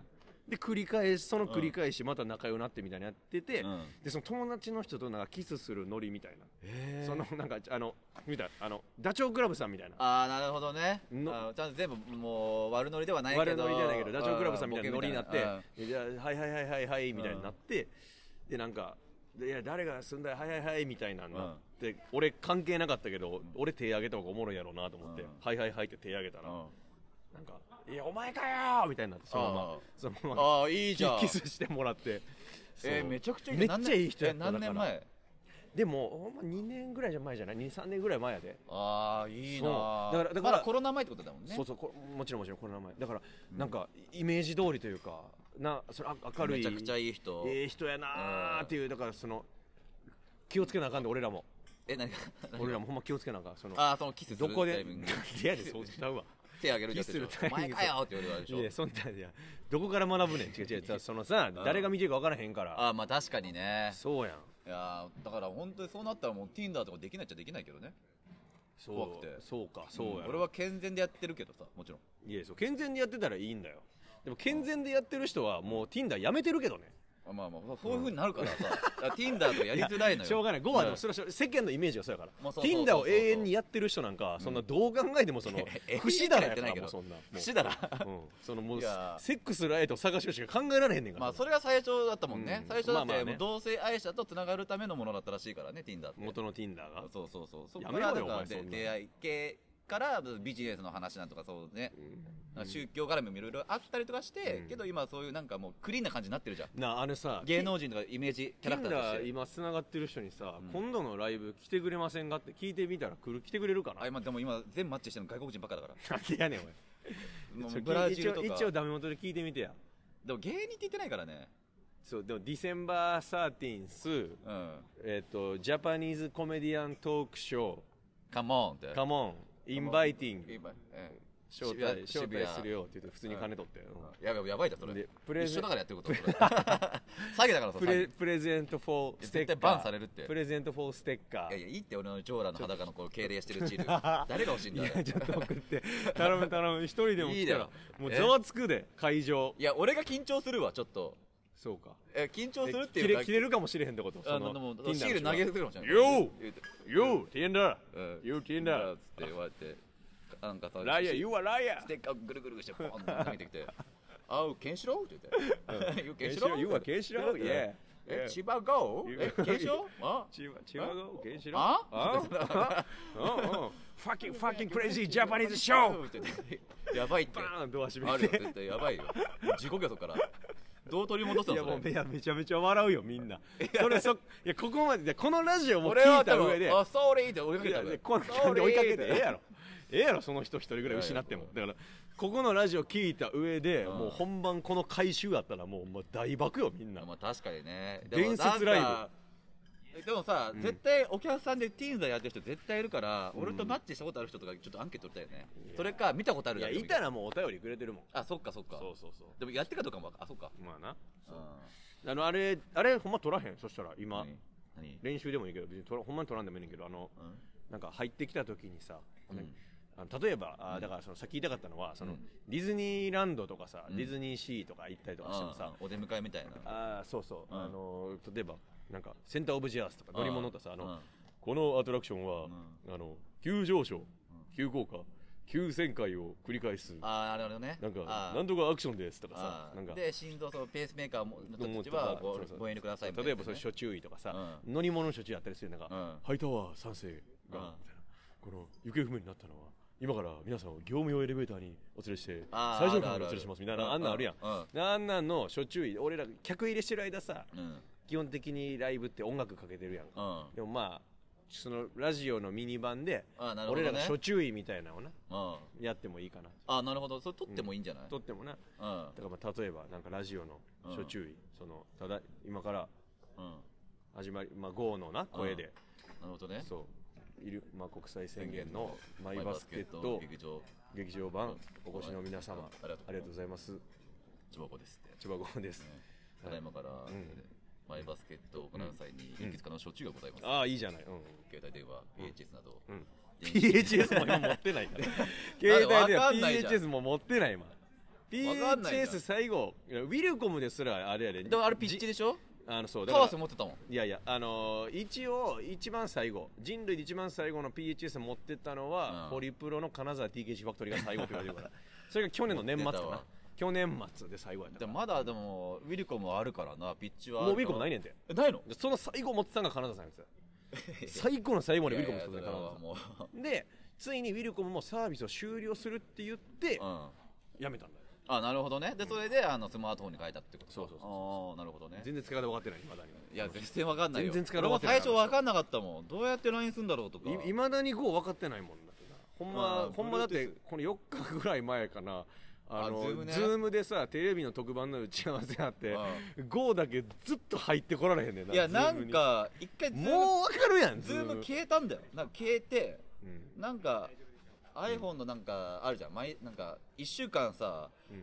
で繰り返しその繰り返しまた仲良くなってみたいなやってて、 うん、 でその友達の人となんかキスするノリみたいな、 へー、 そのなんかあのみたいなあのダチョウ倶楽部さんみたいな、 ああなるほどね、 のあちゃんと全部もう悪ノリではないけど、 悪ノリじゃないけどダチョウ倶楽部さんみたいなノリになってうん、 じゃあはいはいはいはいはいみたいになって、でなんかでいや誰が住んだはいはいはいみたいなのなって、俺関係なかったけど俺手挙げた方がおもろいやろうなと思って、 うんはいはいはいって手挙げたら、 うんなんかいやお前かよーみたいになってそのままあそのままああいいじゃん、 キスしてもらって、 えー、めちゃくちゃいい、 めっちゃいい人やった。 何年前？ でもほんまにねんぐらいじゃ前じゃない、にさんねんぐらい前やで。 ああいいな。 だからだからまだコロナ前ってことだもんね。 そうそう、こもちろんもちろんコロナ前だから、うん、なんかイメージ通りというかな、それ明るいめちゃくちゃいい人、 ええ人やなーっていう、だからその気をつけなあかんで俺らも。 え何俺らもほんま気をつけなあかん。そのあそのキスするどこでなんでやでそうちゃうわ。 手挙げるやつでしょ、お前かよって言われるでしょ。 いやそんないやどこから学ぶねん。違う違うそのさ、誰が見てるか分からへんから。 あまあ確かにね。 そうやん。 いやだから本当にそうなったらもう Tinder とかできないっちゃできないけどね。怖くて。 そうかそうや、うん、 俺は健全でやってるけどさ、もちろん。 いやそう健全でやってたらいいんだよ。でも健全でやってる人はもう Tinder やめてるけどね。 まあまあそういう風になるからさ、うん、Tinder とやりづらいのよ。 しょうがない。ゴはでもそれは世間のイメージがそうやから。Tinder を永遠にやってる人なんか、そんなどう考えてもその不死だらやからもうそんな不死だら。 うん。そのもうセックスの相手を探しようしか考えられへんねんから。 まあそれが最初だったもんね。最初だって同性愛者とつながるためのものだったらしいからね、Tinder って。 元の Tinder が。 そうそうそう。そこからだから出会い系からビジネスの話なんとかそうね、うん、宗教絡みもいろいろあったりとかして、うん、けど今そういうなんかもうクリーンな感じになってるじゃん。 なあのさ芸能人とかイメージキャラクターとして今つながってる人にさ、うん、今度のライブ来てくれませんかって聞いてみたら来る来てくれるかな。 あ今でも今全マッチしてるの外国人ばっかだから。 なんでやねんお前。ブラジルとか一応、一応ダメ元で聞いてみてや。 でも芸人って言ってないからね。 そうでもディセンバーサーティーンス、うん、えっ、ー、とジャパニーズコメディアントークショーカモンってカモンインバイティング招待招待するよって言って普通に金取って、 うん、やばいやばいだそれプレ一緒だからやってることそれ詐欺だからさプレプレゼントフォーステッカー絶対バンされるって。 プレゼントフォーステッカー。 いやいやいいって俺のジョーラの裸のこう敬礼してるチール誰が欲しいんだ。 いやちょっと送って頼む頼む一人でも来たらもうざわつくで会場。 いや俺が緊張するわちょっと。 そうか。 え緊張するっていうか切れるかもしれへんってこと。 あのもうシール投げるかもしれない。 よよ Tinder よ Tinder って言われてなんかさライアー You are liar ステッカーぐるぐるしてポンって投げてきてあうケンシロウって言って You ケンシロウ You are ケンシロウ Yeah え千葉ゴーえケンシロウあ千葉千葉ゴーケンシロウああファッキングファッキングクレイジージャパニーズショーやばいってバーンドア閉あめてるよ絶対やばいよ事故業そっからどう取り戻すの。 いやもういやめちゃめちゃ笑うよみんな。それそいやここまででこのラジオも聞いた上であソーリーって追いかけたでこの感じで追いかけてええやろええやろその人一人ぐらい失っても。だからここのラジオ聞いた上でもう本番この回収やったらもうもう大爆よみんな。 まあ確かにね。 伝説ライブ。 でもさ、うん、絶対お客さんで Tinder やってる人絶対いるから、うん、俺とマッチしたことある人とかちょっとアンケート取りたいよね。それか見たことあるだけ。いやいたらもうお便りくれてるもん。 あそっかそっか。 そうそうそう。 でもやってるかどうかもあそっか。 まあな。うん、あのあれあれほんま取らへん。そしたら今何練習でもいいけど別にほんまに取らんでもいいねんけどあの、うん、なんか入ってきた時にさ、うん、あの例えば、うん、あだからそのさっき言いたかったのはその、うん、ディズニーランドとかさ、うん、ディズニーシーとか行ったりとかしてもさ、 うん、お出迎えみたいな。 あそうそう、うん、あの例えばなんかセンターオブジアースとか乗り物とさあの、うん、このアトラクションは、うん、あの急上昇、うん、急降下急旋回を繰り返す。 ああなるほどね。 なんかなんとかアクションですとかさなんかで心臓そペースメーカーの人たちはごご遠慮くださいみたいな、ね、 例えばそれ諸注意とかさ、うん、乗り物の諸注意あったりするなんか、うん、ハイタワーさん世が、うん、みたいなこの行方不明になったのは今から皆さんを業務用エレベーターにお連れして最上階にお連れしますみたいなあんなんあるやん。あんなんの諸注意俺ら客入れしてる間さ、うん基本的にライブって音楽かけてるやんか、うん、でもまあそのラジオのミニ版で、ね、俺らが諸注意みたいなのをな、うん、やってもいいかな。 あなるほどそれ撮ってもいいんじゃない、うん、 撮ってもな、うん、だからまあ例えばなんかラジオの諸注意、うん、そのただ今から始まり、まあ、ゴーのな声で、 うん、なるほどねそういる、まあ、国際宣言のマイバスケット劇場劇場版お越しの皆様、うん、ありがとうございます。 千葉子ですって千葉子です、ね、 ただいまから、うんマイバスケットを行う際にいくつかの処置がございます、 うん、ああいいじゃない、うん、 携帯電話、ピーエイチエス など、 うん、ピーエイチエス も今持ってないから携帯電話 ピーエイチエス も持ってない今ピーエイチエス 最後ウィルコムですらあれやででもあれピッチでしょ。 あのそう川瀬持ってたもん。 いやいやあのー、一応一番最後人類で一番最後の ピーエイチエス 持ってったのは、うん、ホリプロの金沢 ティーケーシー ファクトリーが最後って言われてるからそれが去年の年末かな去年末で最後やったからでもまだでもウィルコムはあるからなピッチはもうウィルコムないねんてないのその最後持ってたのが金沢さんです最後の最後までウィルコム持ってた金沢さんでついにウィルコムもサービスを終了するって言って、うん、やめたんだよ。 あ、なるほどね。でそれであのスマートフォンに変えたってこと。 そうそうそう。 ああ、なるほどね。 全然使い方分かってないまだに。 いや全然分かんないよ。 全然使い方分かってない。俺も最初分かんなかったもん。どうやって ライン するんだろうとか。 いまだに ゴー 分かってないもんだってな。ほんまほんまだってこのよっかぐらい前かな。あの Zoom ね、Zoom でさテレビの特番の打ち合わせあって ゴー だけずっと入ってこられへんねんな。 いやなんか一回もう分かるやん。 Zoom 消えたんだよ。なんか消えて、うん、なんか iPhone のなんかあるじゃん。毎なんかいっしゅうかんさ、うん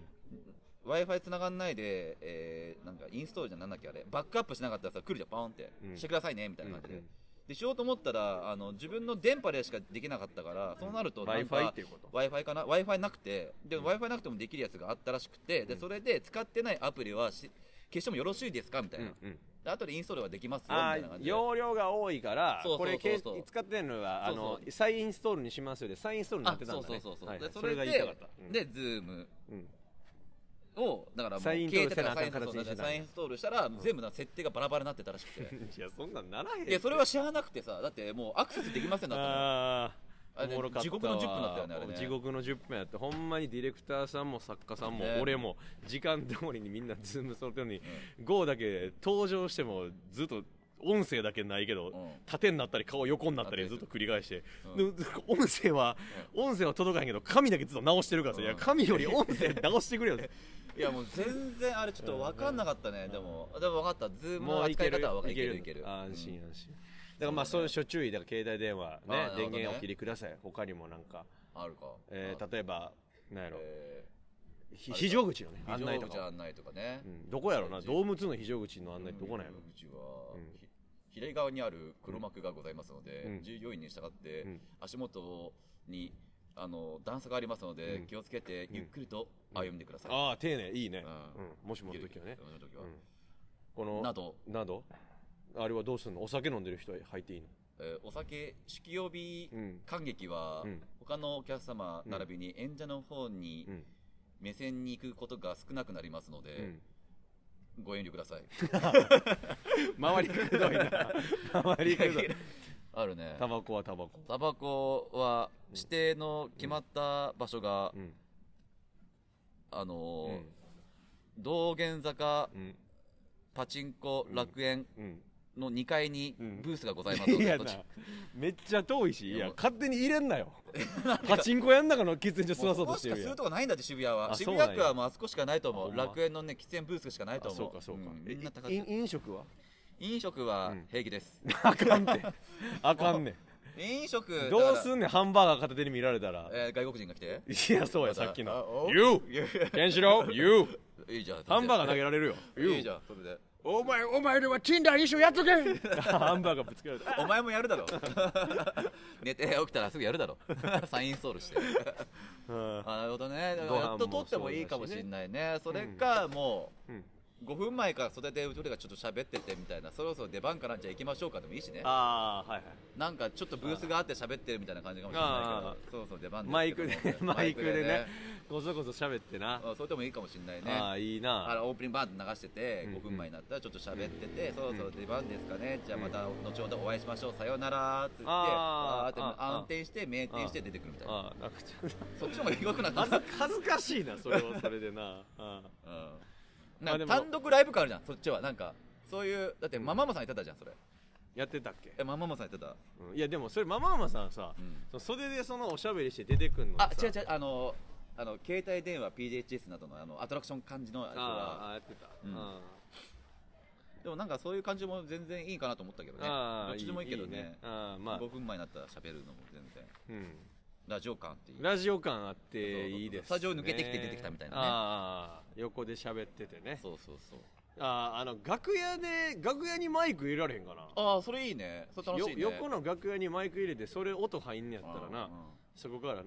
、Wi-Fi 繋がんないで、えー、なんかインストールじゃなんだっけあれバックアップしなかったらさ来るじゃんパーンって、うん、してくださいねみたいな感じで、うんうん、でしようと思ったらあの自分の電波でしかできなかったから、うん、そうなるとなんか Wi-Fi っていうこと Wi-Fi かな Wi-Fi なくてで、うん、Wi-Fi なくてもできるやつがあったらしくて、うん、でそれで使ってないアプリはし消してもよろしいですかみたいな、うんうん、で後でインストールはできますよみたいな感じで容量が多いからこれ使ってるのはあの再インストールにしますよで再インストールになってたんだね。 そうそうそうそう、 はい、 でそれでそれが言いたかった、うん、 で Zoom、うん、をだからもう消えてたから再インストールしたら全部の設定がバラバラになってたらしくていやそんなんならへん。 いやそれは知らなくてさだってもうアクセスできませんだったの。 ああおもろかった。 地獄のじゅっぷんだったよねあれね。 地獄のじゅっぷんやってほんまにディレクターさんも作家さんも俺も時間通りにみんなズーム揃ってるのに ゴー だけ登場してもずっと音声だけないけど、うん、縦になったり顔横になったりずっと繰り返して、うん、音声は、うん、音声は届かへんけど髪だけずっと直してるからさ、うん、いや髪より音声直してくれよいやもう全然あれちょっと分かんなかったね、うん、でもでも分かったズームの扱い方は分かるいけるいける安心安心、だからまあそういう諸注意だから携帯電話ね電源をお切りください。他にもなんかあるか、 えー、例えばなんやろ、えー、非常口のね案内とか案内とかね、 うん、どこやろなドームツーの非常口の案内どこなんやろ。 非常口は、うん、左側にある黒幕がございますので、うん、従業員に従って、うん、足元にあの段差がありますので、うん、気をつけてゆっくりと歩んでください、うん、 ああ丁寧いいね、うんうん、もしもの時はねこのなどなどあれはどうするの。お酒飲んでる人は入っていいの。 えー、お酒酒曜日観劇は、うん、他のお客様並びに演者の方に目線に行くことが少なくなりますので、うん、ご遠慮ください周りくどいな周りくどいあるね。 タバコはタバコタバコは指定の決まった場所が、うん、あのーうん、道玄坂、うん、パチンコ楽園、うんのにかいにブースがございますので、うん、 めっちゃ遠いし、いや勝手に入れんなよパチンコやん中の喫煙所吸わそうとしてるやん。 そこしか吸うとこないんだって渋谷は。渋谷区はもうあそこしかないと思う。楽園のね喫煙ブースしかないと思う。 そうかそうか、うん、 みんな高い。飲食は飲食は平気です、 うん、あかんってあかんね飲食どうすんねん。ハンバーガー片手に見られたら、 えー、外国人が来ていやそうやさっきの You ケンシロウ You いいじゃんハンバーガー投げられるよ。 いいじゃんそれでお前お前では Tinder 一緒やっとけハンバーガーぶつけられたお前もやるだろ寝て起きたらすぐやるだろ再インストールしてあなるほどね。やっと撮ってもいいかもしれないね。それかもう、うんごふんまえから袖で俺がちょっと喋っててみたいなそろそろ出番からじゃあ行きましょうかでもいいしね。 ああはいはいなんかちょっとブースがあって喋ってるみたいな感じかもしれないけどそろそろ出番ですマイクでマイクでねこそこそ喋ってなそれでもいいかもしれないね。 ああいいな。 あのオープニングバーンと流しててごふんまえになったらちょっと喋っててそろそろ出番ですかねじゃあまた後ほどお会いしましょうさようならって言ってあーって暗転して明転して出てくるみたいな。あなんかちょっとそっちの方がよくなった恥ずかしいなそれはそれでなああなんか単独ライブ感あるじゃんそっちは。なんかそういうだってマママさんやってたじゃんそれやってたっけ。 えマママさんやってた、 うん、いやでもそれマママさんさ、うん、その袖でそのおしゃべりして出てくんのあ違う違うあのあの携帯電話 ピーエイチエス などのあのアトラクション感じのやつはああやってた、うん、 でもなんかそういう感じも全然いいかなと思ったけどね。どっちでもいいけどね。いいねあまあごふんまえになったら喋るのも全然、うんラジオ感っていうラジオ感あっていいですね。 スタジオ抜けてきて出てきたみたいなね。 あ横で喋っててね。 そうそうそうああの楽屋で楽屋にマイク入れられへんかな。 ああそれいいねそれ楽しいね。 横の楽屋にマイク入れてそれ音入んねやったらな、うんうん、そこからな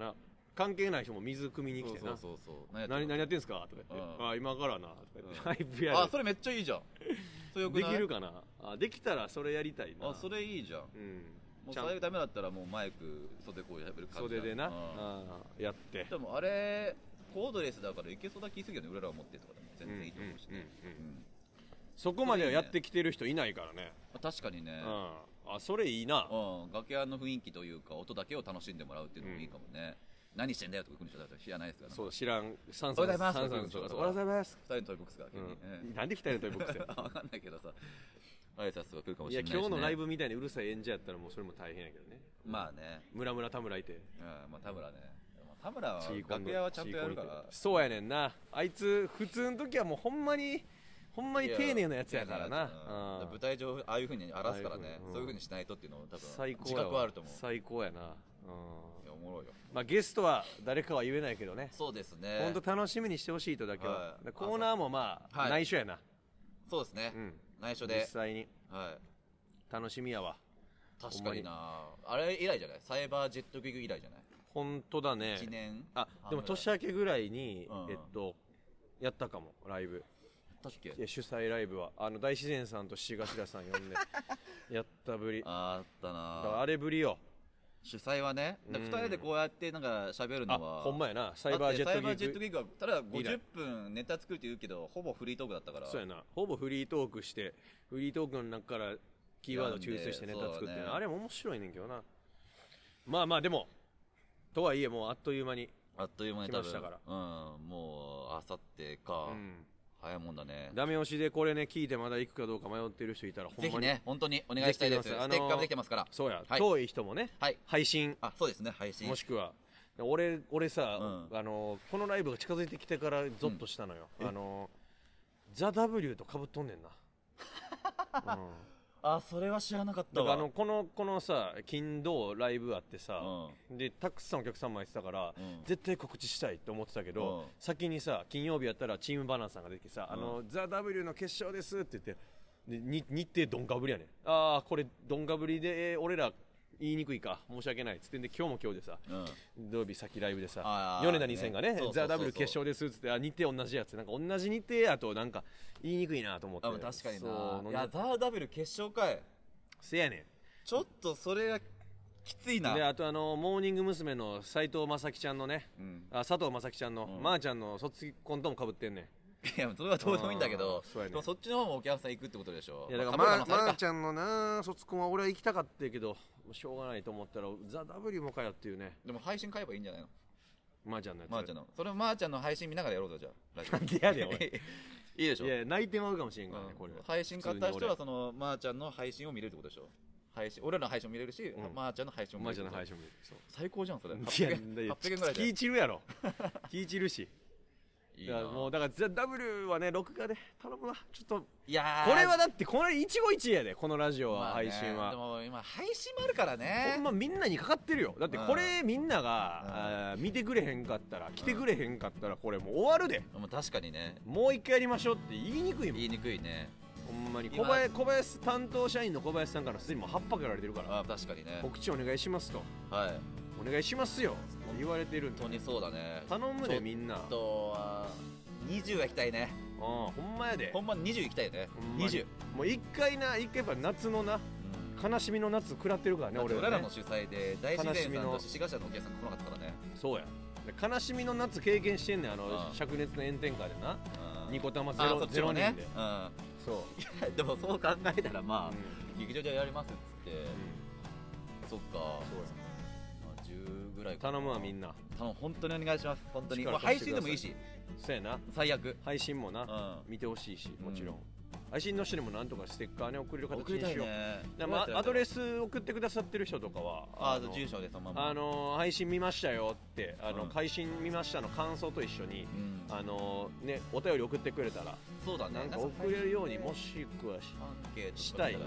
関係ない人も水汲みに来てな、 そうそうそうそう、 何何やってんすかとか言って、あ今からなとか言ってライブやる。 あそれめっちゃいいじゃん。それよくない？ できるかなあ。できたらそれやりたいな。 あそれいいじゃん。うん、もう最悪ダメだったらもうマイク袖こうやる感じ。 袖でな、あやって。 でもあれコードレスだからいけそうな気するよね。俺らが持ってとかでも全然いいと思うしね。 そこまではやってきてる人いないからね。 確かにね。 あそれいいな。 楽屋の雰囲気というか音だけを楽しんでもらうっていうのもいいかもね。何してんだよとか来る人だったら知らないですから。 そう知らん。サンさんおはようございます。 おはようございます。 ふたりのトイボックスがなんでふたりのトイボックスや。 わかんないけどさ、挨拶が来るかもしれないし。 いや今日のライブみたいにうるさい演者やったらもうそれも大変やけどね。 まあね。 村村田村いて。 まあ田村ね。田村は楽屋はちゃんとやるから。 そうやねんな。あいつ普通の時はもうほんまにほんまに丁寧なやつやからな。 舞台上ああいう風に荒らすからね。そういう風にしないとっていうのも多分自覚はあると思う。 最高やな。 おもろいよ。 まあゲストは誰かは言えないけどね。 そうですね。 本当楽しみにしてほしいとだけは。コーナーもまあ内緒やな。 そうですね。内緒で実際に楽しみやわ。 確かにな。あれ以来じゃない？サイバージェットギグ以来じゃない？ 本当だね。 いちねん。 あでも年明けぐらいにえっとやったかもライブ。 確かに主催ライブはあの大自然さんと志頭さん呼んでやったぶり。 あったな。 だからあれぶりよ。 主催はね、ふたりでこうやってなんか喋るのはほんまやな。サイバージェットギグはただごじゅっぷんネタ作るって言うけどほぼフリートークだったから。 そうやな。ほぼフリートークしてフリートークの中からキーワード抽出してネタ作って、あれも面白いねんけどな。まあまあでもとはいえもうあっという間にあっという間に来ましたから。 うんもうあさってか。早いもんだね。 ダメ押しでこれね聞いてまだ行くかどうか迷ってる人いたらほんまにぜひね本当にお願いしたいです。ステッカーもできてますから。 そうや遠い人もね配信あそうですね配信もしくは俺俺さあのこのライブが近づいてきてからゾッとしたのよ。あのザ・ W とかぶっとんねんな。 あそれは知らなかったわ。 だからあのこのこのさ金土ライブあってさ、うん、でたくさんお客さんも入ってたから、うん、絶対告知したいと思ってたけど、うん、先にさ金曜日やったらチームバナナさんが出てきてさ、うん、あのザ・ W の決勝ですって言ってでに日程どんかぶりやねん。ああこれどんかぶりで、えー、俺ら言いにくいか申し訳ないっつってんで今日も今日でさ、うん、土曜日先ライブでさ米田にせんがねザ・ W 決勝ですっつってあ日程同じやつなんか同じ日程やとなんか言いにくいなと思って。 あ確かにないやザ・ W 決勝かいせやねん。 ちょっとそれがきついな。 であとあのモーニング娘。の斉藤正樹ちゃんのね、うん、あ佐藤正樹ちゃんの、うん、まーちゃんの卒コンともかぶってんねん。 いやそれはどうでもいいんだけど そ,、ね、でもそっちの方もお客さん行くってことでしょ。 いやだからまーちゃんのな卒コンは俺は行きたかったけどしょうがないと思ったらザ・ W もかよっていうね。 でも配信買えばいいんじゃないのまーちゃんのやつ。 まーちゃんのそれまーちゃんの配信見ながらやろうぞじゃあ。 なんでやでおいいいでしょ。 いや泣いてまうかもしれんからね、うん、これ配信買った人はそのまーちゃんの配信を見れるってことでしょ。配信俺らの配信も見れるし、うん、まーちゃんの配信も見れる。 まーちゃんの配信も見れる。 最高じゃんそれ。はっぴゃくえんぐらいで気散るやろ気散るしいいな。もうだからザ・ W はね録画で頼むわちょっと。いやこれはだってこれ一期一会やでこのラジオは、まあね、配信は。でも今配信もあるからね。 ほんまみんなにかかってるよ。だってこれみんなが、うん、見てくれへんかったら来てくれへんかったらこれもう終わるで。 うん、確かにね。 もう一回やりましょうって言いにくいもん。 言いにくいね。 ほんまに小林小林担当社員の小林さんからすでにもうはっぱかけられてるから。 あ確かにね。 告知お願いしますと。 はいお願いしますよ言われてるんで。 本当にそうだね。 頼むでみんな。 とにじゅうは行きたいね。 ああほんまやで。 ほんまにじゅう行きたいよね。にじゅうもう一回な一回やっぱ夏のな、うん、悲しみの夏食らってるからね俺らね。 俺らの主催で大自然さんと獅子頭のお客さん来なかったからね。 そうや悲しみの夏経験してんねん。あの灼熱の炎天下でなニコ玉ゼロゼロ人で。そういやでもそう考えたらまあ、うん、劇場でやりますっつって、うん、そっかそうや、まあ、じゅうぐらいかな。 頼むわみんな。 頼む本当にお願いします。本当にもう配信でもいいし。 そうやな最悪配信もな、うん、見てほしいしもちろん、うん、配信の人にもなんとかステッカーね送れる形にしよう。ね、まあ、アドレス送ってくださってる人とかはああ住所でそのままあの配信見ましたよってあの、うん、配信見ましたの感想と一緒に、うん、あのねお便り送ってくれたらそうだねなんか送れるようにもしくは し, アンケートしたいな。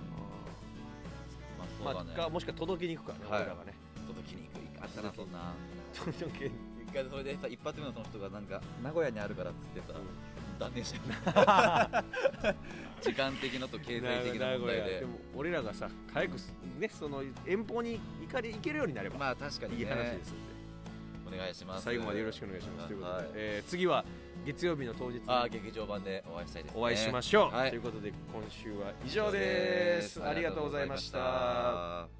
まあそうだね、まあ、もしくは届けに行くからね、はい、俺らがね届けに行くあったなそんな届け一回それでさ一発目のその人がなんか名古屋にあるからっつってさ、うん、断念しちゃう時間的なと経済的な問題で。 でも俺らがさ早くねその遠方に行かれ行けるようになればまあ確かに、ね、 いい話ですんで、 お願いします。 最後までよろしくお願いします。ということで、 はい、 えー、次は月曜日の当日にあ劇場版でお会いしたいですね。 お会いしましょう、 はい、 ということで今週は以上です。ありがとうございました。